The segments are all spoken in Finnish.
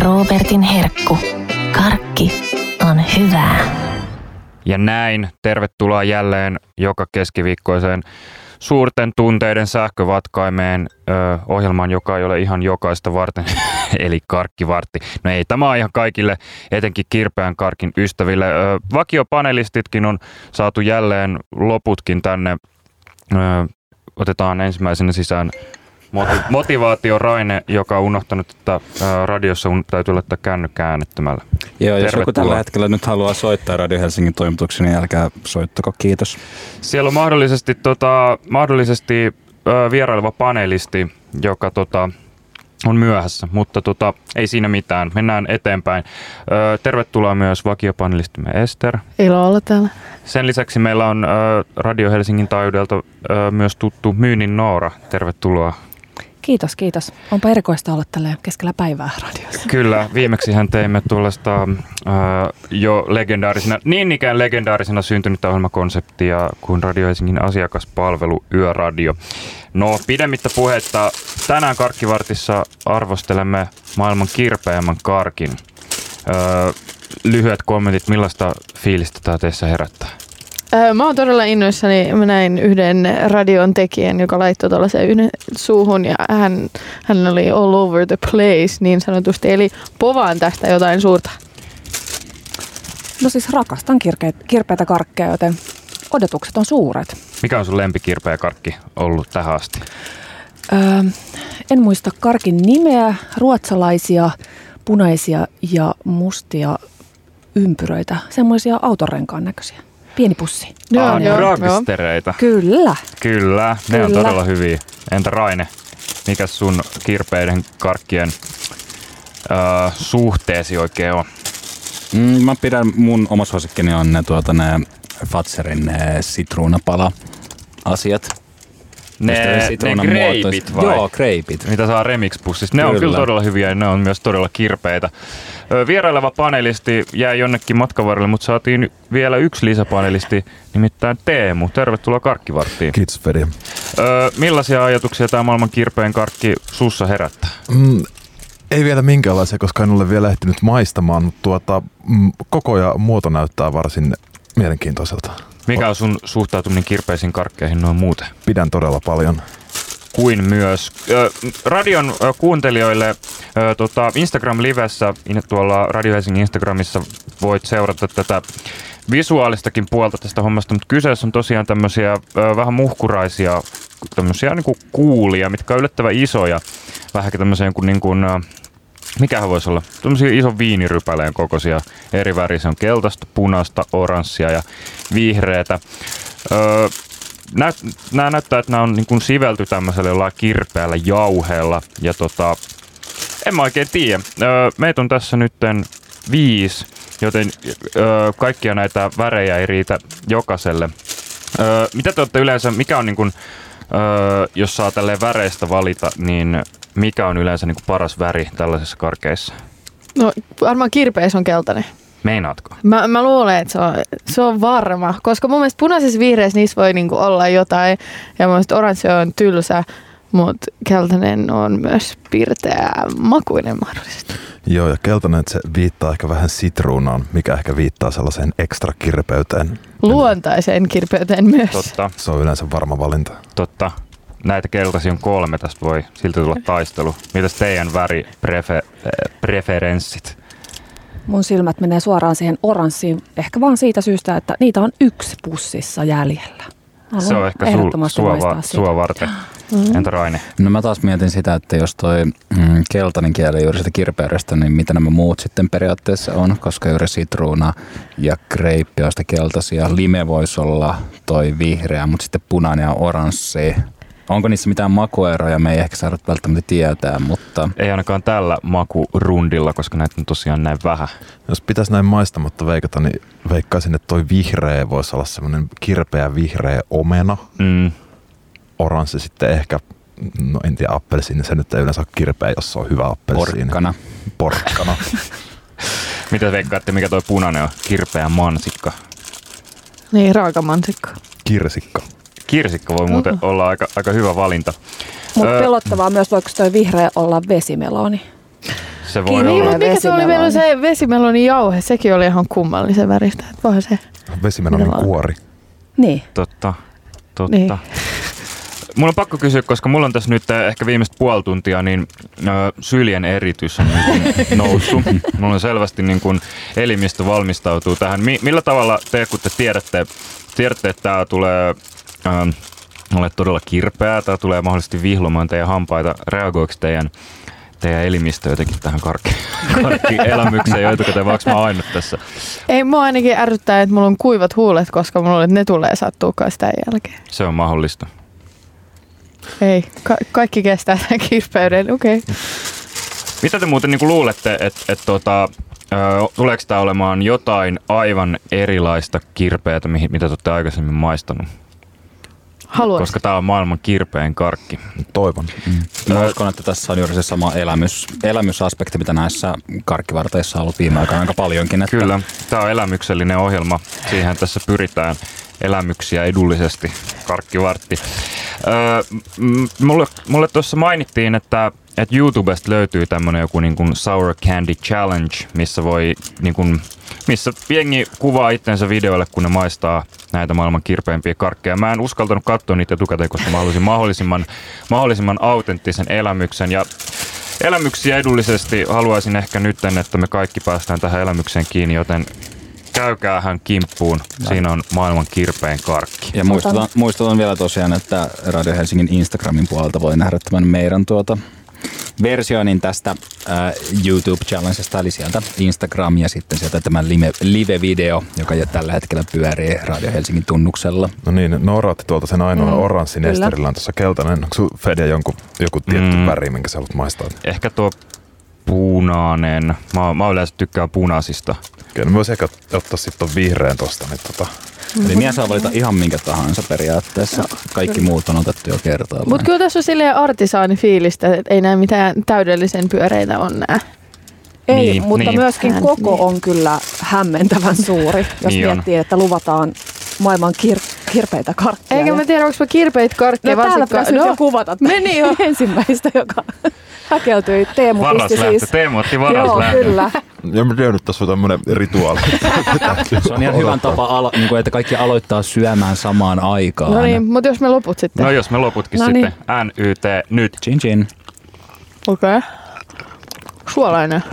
Robertin herkku. Karkki on hyvää. Ja näin, tervetuloa jälleen joka keskiviikkoiseen suurten tunteiden sähkövatkaimeen ohjelmaan, joka ei ole ihan jokaista varten, eli Karkkivartti. No ei, tämä on ihan kaikille, etenkin kirpeän karkin ystäville. Vakiopanelistitkin on saatu jälleen loputkin tänne. Otetaan ensimmäisenä sisään Motivaatio Raine, joka on unohtanut, että radiossa täytyy laittaa kännykkää äänettömällä. Joo, jos joku tällä hetkellä nyt haluaa soittaa Radio Helsingin toimituksen, niin älkää soittako, kiitos. Siellä on mahdollisesti vieraileva panelisti, joka on myöhässä, mutta ei siinä mitään. Mennään eteenpäin. Tervetuloa myös vakiopanelistimme Ester. Ilo olla täällä. Sen lisäksi meillä on Radio Helsingin taajuudelta myös tuttu Myynnin Noora. Tervetuloa. Kiitos. Onpa erikoista olla tällä keskellä päivää radiossa. Kyllä, viimeksihän teimme tuollaista jo niin ikään legendaarisena syntynyttä ohjelmakonseptia kuin Radio Helsingin asiakaspalvelu Yöradio. No, pidemmittä puhetta, tänään Karkkivartissa arvostelemme maailman kirpeämmän karkin. Lyhyet kommentit, millaista fiilistä tämä teissä herättää? Mä oon todella innoissani. Mä näin yhden radion tekijän, joka laittoi tuollaisen yhden suuhun ja hän oli all over the place niin sanotusti. Eli povaan tästä jotain suurta. No siis rakastan kirpeitä karkkeja, joten odotukset on suuret. Mikä on sun lempikirpeä karkki ollut tähän asti? En muista karkin nimeä, ruotsalaisia, punaisia ja mustia ympyröitä, semmoisia autorenkaan näköisiä. Pieni pussi. Dragstereita. Kyllä, ne on todella hyviä. Entä Raine, mikä sun kirpeiden karkkien suhteesi oikein on? Mä pidän, mun oma suosikkini on ne Fatserin sitruunapala-asiat. Ne kreipit vai? Joo, kreipit. Mitä saa Remix-pussista. Ne on kyllä todella hyviä ja ne on myös todella kirpeitä. Vieraileva panelisti jäi jonnekin matkan varrelle, mutta saatiin vielä yksi lisäpanelisti, nimittäin Teemu. Tervetuloa Karkkivarttiin. Kiitos, Veri. Millaisia ajatuksia tämä maailman kirpeän karkki sussa herättää? Ei vielä minkäänlaisia, koska en ole vielä ehtinyt maistamaan, mutta koko ja muoto näyttää varsin mielenkiintoiselta. Mikä on sun suhtautuminen kirpeisiin karkkeihin noin muuten? Pidän todella paljon. Kuin myös radion kuuntelijoille Instagram-livessä, tuolla Radio Helsingin Instagramissa voit seurata tätä visuaalistakin puolta tästä hommasta, mutta kyseessä on tosiaan tämmöisiä vähän muhkuraisia tämmöisiä niin kuin kuulia, mitkä on yllättävän isoja. Vähän tämmöisiä mikähän voisi olla? Tämmöisiä ison viinirypäleen kokoisia eri värisiä. On keltaista, punaista, oranssia ja vihreätä. Nämä näyttää, että nämä on niin kuin sivelty tämmöisellä jollain kirpeällä jauheella. Ja en mä oikein tiedä. Meitä on tässä nytten 5, joten kaikkia näitä värejä ei riitä jokaiselle. Mitä te olette yleensä, mikä on niin kuin, jos saa tälleen väreistä valita, niin mikä on yleensä niin kuin paras väri tällaisissa karkeissa? No varmaan kirpeis on keltainen. Meinaatko? Mä luulen, että se on varma, koska mun mielestä punaisissa vihreissä niissä voi niinku olla jotain ja mun mielestä oranssi on tylsä, mutta keltainen on myös pirteä makuinen mahdollisesti. Joo, ja keltainen se viittaa ehkä vähän sitruunaan, mikä ehkä viittaa sellaiseen ekstra kirpeyteen. Luontaiseen kirpeyteen myös. Totta. Se on yleensä varma valinta. Totta. Näitä keltaisia on 3, tästä voi silti tulla taistelu. Mitäs teidän preferenssit? Mun silmät menee suoraan siihen oranssiin, ehkä vaan siitä syystä, että niitä on 1 pussissa jäljellä. Se on ehkä sua varten. Entä Raine? No mä taas mietin sitä, että jos toi keltainen kieli juuri sitä kirpeydestä, niin mitä nämä muut sitten periaatteessa on, koska juuri sitruuna ja kreippi on sitä keltaisia. Lime voisi olla toi vihreä, mutta sitten punainen ja oranssi. Onko niissä mitään makueroja? Me ei ehkä saada välttämättä tietää, mutta... Ei ainakaan tällä makurundilla, koska näitä on tosiaan näin vähän. Jos pitäisi näin maistamatta veikata, niin veikkaisin, että toi vihreä voisi olla semmoinen kirpeä vihreä omena. Oranssi sitten ehkä, no en tiedä, appelsiini. Se nyt ei yleensä ole kirpeä, jos se on hyvä appelsiini. Porkkana. Mitä veikkaatte, mikä toi punainen on? Kirpeä mansikka. Niin, raakamansikka. Kirsikka. Kirsikka voi muuten olla aika hyvä valinta. Mutta pelottavaa myös, voiko toi vihreä olla vesimeloni? Se voi Niin, olla. mutta mikä se oli vielä se vesimelonin jauhe? Sekin oli ihan kummallisen väristä. Voihan se. Vesimelonin kuori. Niin. Totta. Niin. Mun on pakko kysyä, koska mulla on tässä nyt ehkä viimeiset puoli tuntia, niin syljen eritys on niin noussut. Mulla on selvästi niin kuin elimistö valmistautuu tähän. Millä tavalla te, kun te tiedätte, että tämä tulee ole todella kirpeää, tämä tulee mahdollisesti vihlomaan teidän hampaita, reagoiko teidän elimistö jotenkin tähän karkkielämykseen jo etukäteen, vaikka mä ainut tässä? Ei, mua ainakin ärsyttää, että mulla on kuivat huulet, koska mulla ne tulee sattuukaan sitä jälkeen. Se on mahdollista. Ei, kaikki kestää tämän kirpeyden, okei. Okay. Mitä te muuten niin luulette, että tuleeko tämä olemaan jotain aivan erilaista kirpeätä, mitä te olette aikaisemmin maistanut? Haluaisin. Koska tämä on maailman kirpein karkki. Toivon. Mä uskon, että tässä on juuri se sama elämysaspekti, mitä näissä karkkivarteissa on ollut viime aikoina aika paljonkin. Että Kyllä, tämä on elämyksellinen ohjelma. Siihen tässä pyritään, elämyksiä edullisesti, karkkivartti. Mulle tuossa mainittiin, että YouTubesta löytyy tämmönen joku niin kuin Sour Candy Challenge, missä jengi kuvaa itsensä videoille, kun ne maistaa näitä maailman kirpeimpiä karkkeja. Mä en uskaltanut katsoa niitä etukäteen, koska mä halusin mahdollisimman autenttisen elämyksen. Ja elämyksiä edullisesti haluaisin ehkä nyt, että me kaikki päästään tähän elämykseen kiinni, joten käykäähän kimppuun. Siinä on maailman kirpein karkki. Ja muistutan vielä tosiaan, että Radio Helsingin Instagramin puolelta voi nähdä tämän meidän versioinnin tästä YouTube-challengesta, eli sieltä Instagram ja sitten sieltä tämä live-video, joka tällä hetkellä pyörii Radio Helsingin tunnuksella. No niin, Noora otti tuolta sen ainoan oranssin esterillään tuossa keltainen. Onko sun Fede joku tietty väri, minkä sä haluat maistaa? Ehkä tuo punainen. Mä yleensä tykkään punaisista. Okei, no voisi ehkä ottaa sitten ton vihreän tosta. Niin Eli mies saa valita ihan minkä tahansa periaatteessa. Kaikki muut on otettu jo kertaalleen. Mutta kyllä tässä on silleen artisaani fiilistä, että ei näe mitään täydellisen pyöreitä on nää. Ei, mutta myöskin koko on kyllä hämmentävän suuri, jos miettii, että luvataan maailman kirpeitä karkkeja. Eikä mä tiedä, onko mä kirpeitä karkkeja. No täällä pitäisi nyt jo kuvata meni jo ensimmäistä, joka häkeltyi. Teemu pisti siis. Teemu otti varas lähtö. Joo, kyllä. Ja mä tiedän, että tässä on tämmönen rituaali. Se on ihan hyvän tapa, että kaikki aloittaa syömään samaan aikaan. No niin, mutta jos me loput sitten. No jos me loputkin sitten. NYT nyt. Chin chin. Okei. Okay. Suolainen.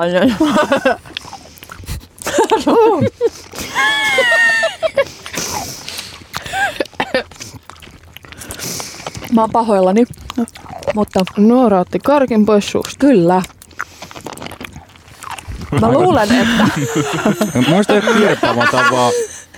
Mä oon pahoillani, mutta Noora otti karkin pois suusta. kyllä. Mä luulen, että Muista ei ole kirpaa, vaan tää on vaan...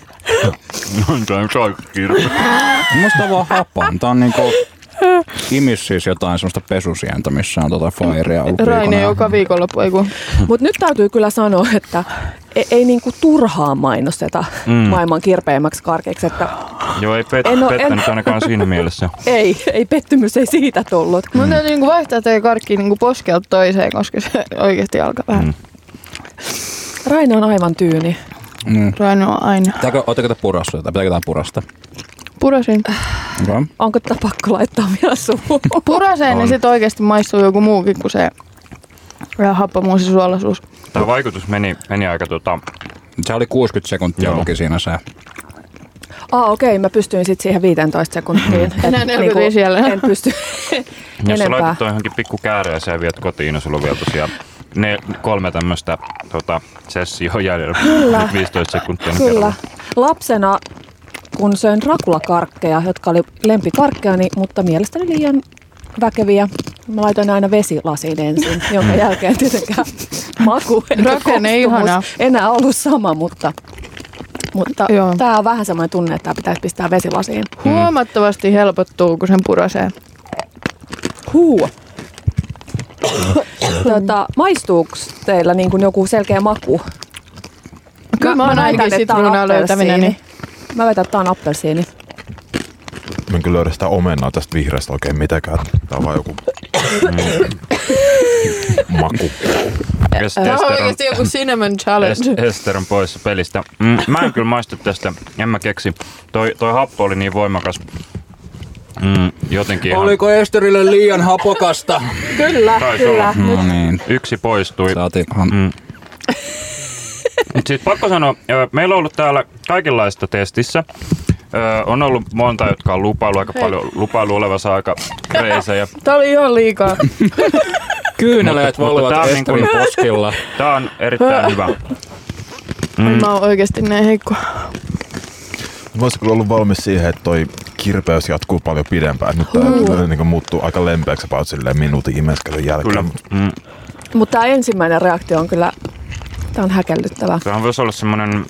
Muista on vaan hapan. Tää on niinku... Imis siis jotain semmoista pesusientä, missä on fairia. Raine joka viikonloppu, ei kun. Mut nyt täytyy kyllä sanoa, että ei niinku turhaan mainosteta maailman kirpeimmäksi karkeiksi. Että Joo, ei pettänyt ainakaan siinä mielessä. ei pettymys ei siitä tullut. Mun täytyy niinku vaihtaa teidän karkkiin niinku poskelta toiseen, koska se oikeasti alkaa vähän. Raine on aivan tyyni. Raine on aina. Ootteko te purassa jotain? Pitääkö tää purasta? Purasin. Okay. Onko tätä pakko laittaa vielä suuhun? Puraseen, niin sit oikeesti maistuu joku muukin kuin se happamuus ja suolaisuus. Tämä vaikutus meni aika Se oli 60 sekuntia luki siinä se. Okei, mä pystyin sitten siihen 15 sekuntiin. Enää 45 jälleen. En pysty Jos sä enempää. laitat toi johonkin pikku kääreeseen ja viet kotiin, niin sulla on vielä tosiaan 3 tämmöistä sessioa jäljellä. Kyllä. 15 sekuntia. Kyllä. Lapsena, kun söin rakulakarkkeja, jotka oli lempikarkkeani, mutta mielestäni liian väkeviä. Mä laitoin aina vesilasiin ensin, jonka jälkeen tietenkään maku eikä koostumus enää ollut sama, mutta tää on vähän semmoinen tunne, että tää pitäisi pistää vesilasiin. Huomattavasti helpottuu, kun sen purasee. Maistuuko teillä niin kuin joku selkeä maku? Kyllä mä oon ainakin sitruunaa löytävinä. Niin. Mä väitän, että tää on appelsiini. Mä en kyllä löydä sitä omenaa tästä vihreästä oikein mitenkään. Tää on vaan joku maku. Tämä on oikeasti joku cinnamon challenge. Ester on poissa pelistä. Mä en kyllä maistu tästä, en mä keksi. Toi happo oli niin voimakas. Jotenkin ihan... Oliko Esterille liian hapokasta? Kyllä, kyllä. No niin. Yksi poistui. Saatiin. Mutta siis pakko sanoa, meillä on ollut täällä kaikenlaista testissä. On ollut monta, jotka on lupailu aika paljon, lupailu olevansa aika kreisejä. Tää oli ihan liikaa. Kyyneleet valuvat Esterin poskilla. Tää on erittäin hyvä. Mä oon oikeesti näin heikko. Mä olisin kyllä ollut valmis siihen, että toi kirpeys jatkuu paljon pidempään. Nyt tää niin muuttuu aika lempeäksi about silleen minuutin imeskelyn jälkeen. Mutta tää ensimmäinen reaktio on kyllä, tää on häkellyttävä. Tämähän voisi olla semmonen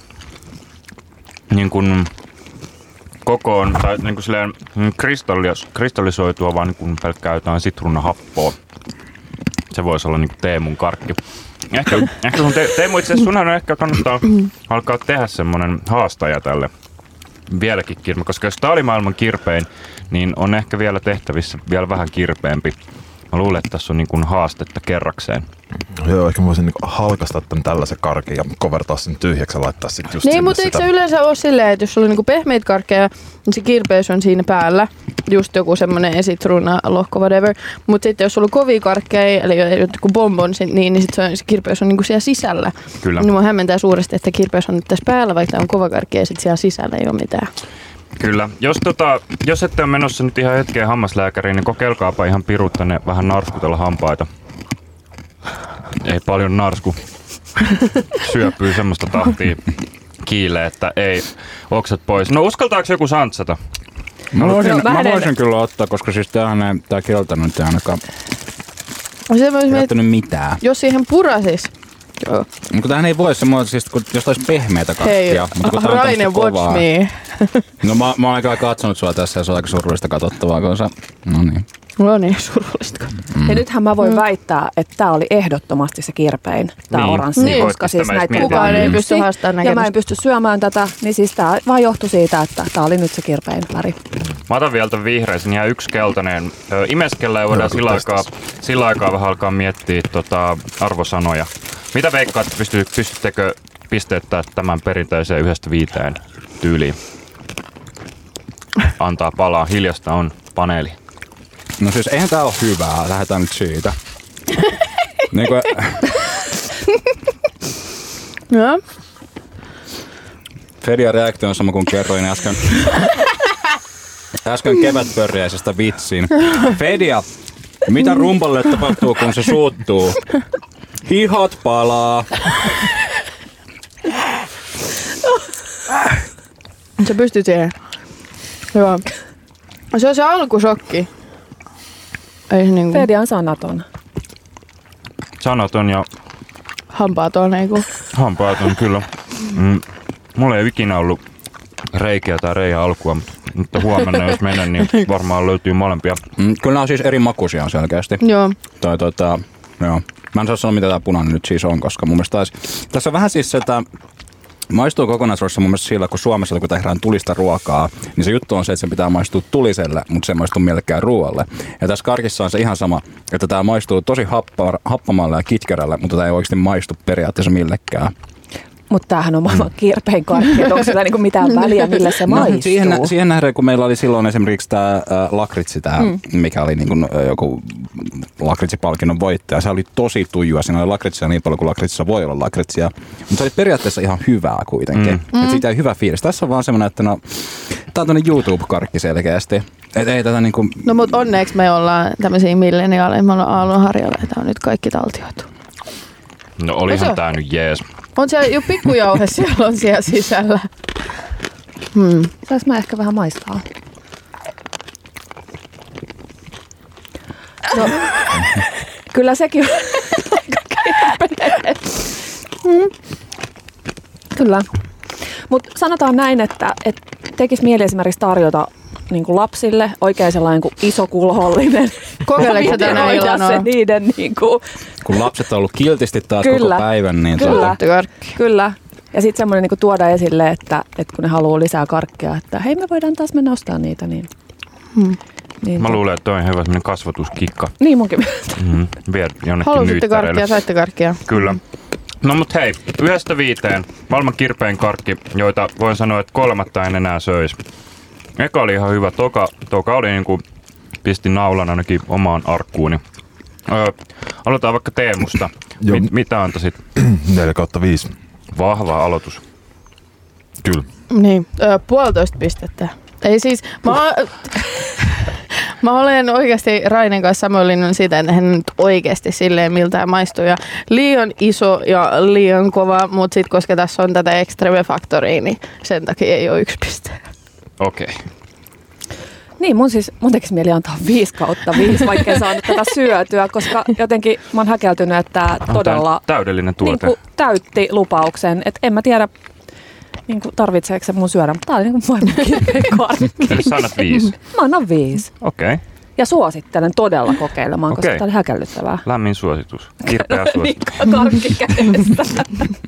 niin kuin kokoon tai niin kuin silleen kristallisoitua vaan niin kuin pelkkää jotain sitruunahappoa. Se voisi olla niin kuin Teemun karkki. Ehkä sun Teemu itse asiassa sunhan ehkä kannattaa alkaa tehdä semmonen haastaja tälle vieläkin kirpe, koska jos tää oli maailman kirpein, niin on ehkä vielä tehtävissä vielä vähän kirpeämpi. Mä luulen, että tässä on niin kuin haastetta kerrakseen. Joo, ehkä mä voisin niinku halkastaa tämän tällaisen karkin ja kovertaa sen tyhjäksi ja laittaa sit just Niin, mutta eikö se yleensä ole silleen, että jos sulla on niinku pehmeitä karkkeja, niin se kirpeys on siinä päällä. Just joku semmonen esitruuna, lohko, whatever. Mutta sitten jos sulla on kovia karkkeja, eli joku bonbon, niin sit se kirpeys on niinku siellä sisällä. Kyllä. Niin mua hämmentää suuresti, että kirpeys on nyt tässä päällä, vaikka tää on kova karkki ja sit siellä sisällä ei ole mitään. Kyllä. Jos ette ole menossa nyt ihan hetkeen hammaslääkäriin, niin kokeilkaapa ihan pirutta ne vähän narskutella hampaita. Ei paljon narsku. Syöpyy semmoista tahtia kiilee, että ei oksat pois. No uskaltaako joku santsata? Mä voisin kyllä ottaa, koska siis tää keltainen ei ainakaan käyttänyt mitään. Jos siihen purasis. Joo. Mutta tämähän ei voi semmoinen, siis, jos taisi pehmeätä karkkia. Hei, Raine, watch me. No mä oon kyllä katsonut sua tässä ja se on aika surullista katsottavaa, kun sä... No niin. Mulla on niin surullista. Ja nythän mä voin väittää, että tää oli ehdottomasti se kirpein, tää Niin. oranssi, Niin. koska siis näitä Kukaan ei pysty haastamaan ja mä en näkemystä. pysty syömään tätä, niin siis tää vaan johtui siitä, että tää oli nyt se kirpein väri. Mä otan vielä tämän vihreisen ja yksi keltainen. Imeskellä ja voidaan sillä aikaa vähän alkaa miettiä arvosanoja. Mitä veikkaat, pystyttekö pisteettää tämän perinteiseen 1-5 tyyliin? Antaa palaa, hiljasta on paneeli. No siis eihän tää oo hyvää, lähdetään nyt siitä. Niinku... Joo. Fedian reaktio on sama kuin kerroin äsken kevätpörjäisestä vitsin. Fedia, mitä rumpalle tapahtuu, kun se suuttuu? Hihat palaa. Se pystyy siihen. Joo. Se on se alkusokki. Ei se niinku... Fedia on sanaton. Sanaton ja Hampaaton eiku. hampaaton kyllä. Mulla ei ole ikinä ollut reikiä tai reijä alkua, mutta huomenna jos menen, niin varmaan löytyy molempia. Kyllä nämä on siis eri makuisia selkeästi. Joo. Joo. Mä en saa sanoa, mitä tää punainen nyt siis on, koska mun mielestä tässä on vähän siis se, että maistuu kokonaisuudessa mun mielestä sillä, kun Suomessa kun tehdään tulista ruokaa, niin se juttu on se, että se pitää maistua tuliselle, mutta se ei maistuu mielekään ruoalle. Ja tässä karkissa on se ihan sama, että tää maistuu tosi happamalle ja kitkerälle, mutta tää ei oikeasti maistu periaatteessa millekään. Mutta tämähän on maailman kirpein karkki, että onko sillä niinku mitään väliä, millä se maistuu? Siihen nähden, kun meillä oli silloin esimerkiksi tämä lakritsi, mikä oli niin kuin joku lakritsipalkinnon voittaja. Se oli tosi tujua. Siinä oli lakritsia niin paljon kuin lakritsissa voi olla lakritsia. Mutta se oli periaatteessa ihan hyvää kuitenkin. Että siitä jäi hyvä fiilis. Tässä on vaan semmoinen, että no, tää on tämmöinen YouTube-karkki selkeästi. Et ei tätä niinku... No mut onneksi me ollaan tämmöisiä milleniaaleja. Me ollaan aallonharjalla ja tää on nyt kaikki taltioitu. No olihan tää nyt jees. On siellä jo pikkujauhe siellä on siellä sisällä. Saanko mä ehkä vähän maistaa? No, kyllä sekin on aika kirpeä. Kyllä. Mutta sanotaan näin, että tekisi mieli esimerkiksi tarjota niin kuin lapsille oikein sellainen kuin iso kulhollinen. Kokeileeko sä tänä iltana? Se niiden niin kuin... Kun lapset on ollut kiltisti taas Kyllä. koko päivän, niin Kyllä. Ja sitten semmoinen niin kuin tuoda esille, että kun ne haluaa lisää karkkia, että hei, me voidaan taas mennä ostamaan niitä. Niin Mä luulen, että toi on hyvä semmoinen kasvatuskikka. Niin munkin mielestä. Vie jonnekin Halusitte karkkia, nyyttäreille. saitte karkkia. Kyllä. No mut hei, 1-5 maailman kirpein karkki, joita voin sanoa, että 3 en enää söisi. Eka oli ihan hyvä. Toka oli niinku, pisti naulan ainakin omaan arkkuuni. Aloitetaan vaikka Teemusta. Mitä antaisit? 4/5. Vahva aloitus. Kyllä. Niin, 1,5 pistettä. Ei siis, mä olen oikeasti Rainen kanssa samoin linjan siitä, että hän nyt oikeasti silleen miltään maistuu. Ja liian iso ja liian kova, mutta sitten koska tässä on tätä extreme-faktoria, niin sen takia ei ole 1 piste. Okei. Niin, mun tekisi mieli antaa 5/5, vaikka en saanut tätä syötyä, koska jotenkin mä oon häkeltynyt, että todella täydellinen tuote. Niin täytti lupauksen. Et en mä tiedä, niin tarvitseeko se mun syödä, mutta tää oli niin maailman kirpein karkki. Eli sanat 5. Mä annan 5. Okei. Ja suosittelen todella kokeilemaan, koska tää oli häkellyttävää. Lämmin suositus. Kirpeä suositus. Karkki kädessä.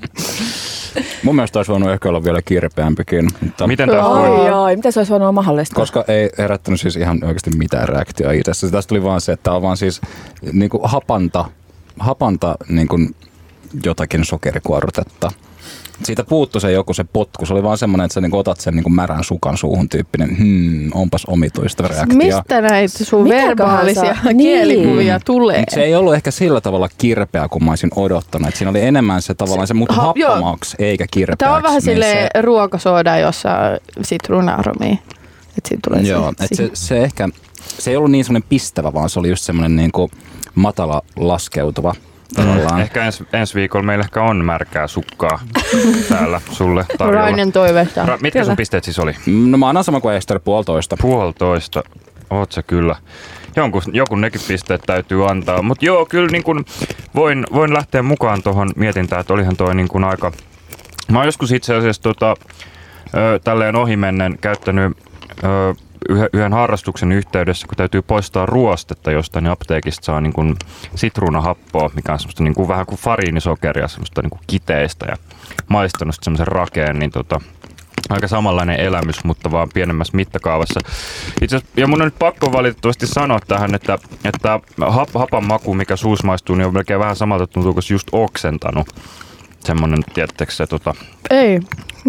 Mun mielestä olisi voinut ehkä olla vielä kirpeämpikin. Miten taas voi? Miten se olisi voinut olla mahdollista? Koska ei herättänyt siis ihan oikeasti mitään reaktioa itsessä. Tästä tuli vaan se, että tää on vaan siis niinku hapanta niinku jotakin sokerikuorrutetta. Siitä puuttui se joku se potku. Se oli vaan semmoinen, että sä niinku otat sen niinku märän sukan suuhun tyyppinen. Onpas omituista reaktio. Mistä näitä sun verbaalisia kielikuvia tulee? Se ei ollut ehkä sillä tavalla kirpeä, kun mä olisin odottanut. Siinä oli enemmän se tavallaan se mut happamaksi, eikä kirpeäksi. Tämä on vähän silleen ruokasooda, jossa sitruuna-aromia. Joo, se ehkä, se ei ollut niin semmoinen pistävä, vaan se oli just semmoinen niinku matala laskeutuva. Ehkä ensi viikolla meillä ehkä on märkää sukkaa täällä sulle tarjolla. Rainen toiveesta. Mitkä sun pisteet siis oli? No mä annan sama kuin Ester, 1,5. Oot sä kyllä. Joku nekin pisteet täytyy antaa. Mutta joo, kyllä niin kun voin lähteä mukaan tuohon mietintään, että olihan toi niin kun aika... Mä oon joskus itse asiassa tälleen ohimennen käyttänyt... Yhden harrastuksen yhteydessä, kun täytyy poistaa ruostetta jostain, niin apteekista saa niin kuin sitruunahappoa, mikä on semmoista niin kuin vähän kuin fariinisokeria, semmoista niin kuin kiteistä ja maistanut semmoisen rakeen, niin aika samanlainen elämys, mutta vaan pienemmässä mittakaavassa. Itse asiassa, ja mun on nyt pakko valitettavasti sanoa tähän, että hapan maku, mikä suus maistuu, niin on melkein vähän samalta tuntuu, kuin just oksentanut. Semmoinen, tiedättekö se Ei.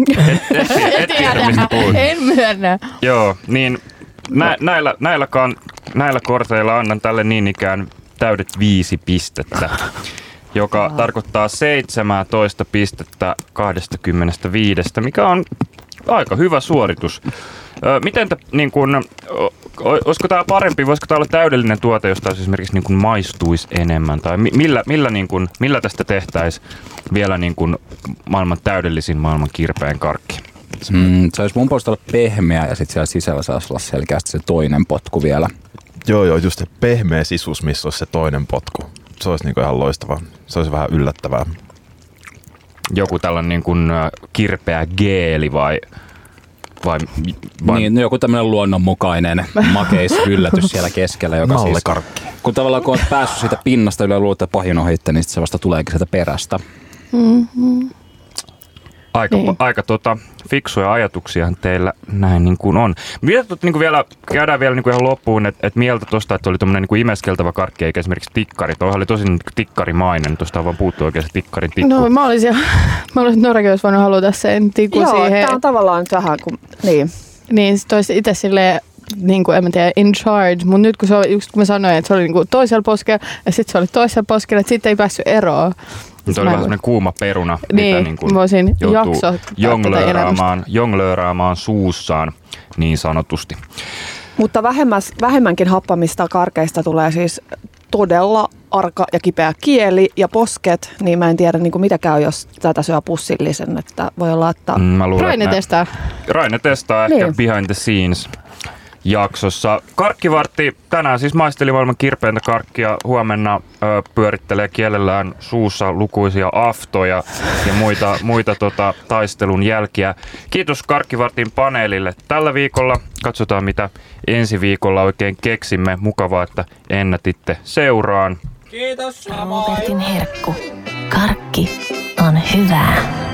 Et tiedä, mistä puhut. En myönnä. Joo, niin näillä korteilla annan tälle niin ikään täydet 5 pistettä, joka tarkoittaa 17 pistettä 25, mikä on aika hyvä suoritus. Miten niin kun, olisiko tämä parempi, voisiko tämä olla täydellinen tuote, josta esimerkiksi niin kun maistuisi enemmän, tai millä tästä tehtäisiin vielä niin kun maailman täydellisin, maailman kirpeän karkki? Se olisi mun puolesta olla pehmeä ja sitten siellä sisällä saisi olla selkeästi se toinen potku vielä. Joo, just se pehmeä sisus, missä olisi se toinen potku. Se olisi niinku ihan loistava. Se olisi vähän yllättävää. Joku tällainen niin kuin kirpeä geeli vai? Niin, joku tämmöinen luonnonmukainen makeis yllätys siellä keskellä, joka mallekarkki. Siis, kun tavallaan kun olet päässyt siitä pinnasta yleensä luulet, että pahin ohitte, niin se vasta tuleekin sieltä perästä. Mm-hmm. Aika fiksuja ajatuksiahan teillä näin niin kuin on. Niin kuin käydään vielä niin kuin ihan loppuun, että mieltä tuosta, että oli tuommoinen niin kuin imeskeltävä karkki, eikä esimerkiksi tikkari. Tuohan oli tosi niin tikkarimainen, tuosta vaan puuttuu oikein se tikkarin tikku. No mä olisin, että Norakin olisi voinut haluta sen tikun siihen. Joo, tää on tavallaan nyt vähän kuin, niin. Niin, sit olisi itse silleen, niin kuin en mä tiedä, in charge, mutta nyt kun mä sanoin, että se oli niin kuin toisella poskella ja sitten se oli toisella poskella, että sitten ei päässyt eroon. Se oli vähän semmoinen kuuma peruna, niin, mitä niin voisin joutuu jonglööraamaan suussaan niin sanotusti. Mutta vähemmänkin happamista karkeista tulee siis todella arka ja kipeä kieli ja posket, niin mä en tiedä niin kuin mitä käy, jos tätä syö pussillisen, että voi olla, että... Raine testaa niin. Ehkä behind the scenes jaksossa. Karkkivartti tänään siis maisteli maailman kirpeintä karkkia. Huomenna pyörittelee kielellään suussa lukuisia aftoja ja muita taistelun jälkiä. Kiitos Karkkivartin paneelille tällä viikolla. Katsotaan mitä ensi viikolla oikein keksimme. Mukavaa, että ennätitte seuraan. Kiitos samoin. Robertin herkku. Karkki on hyvää.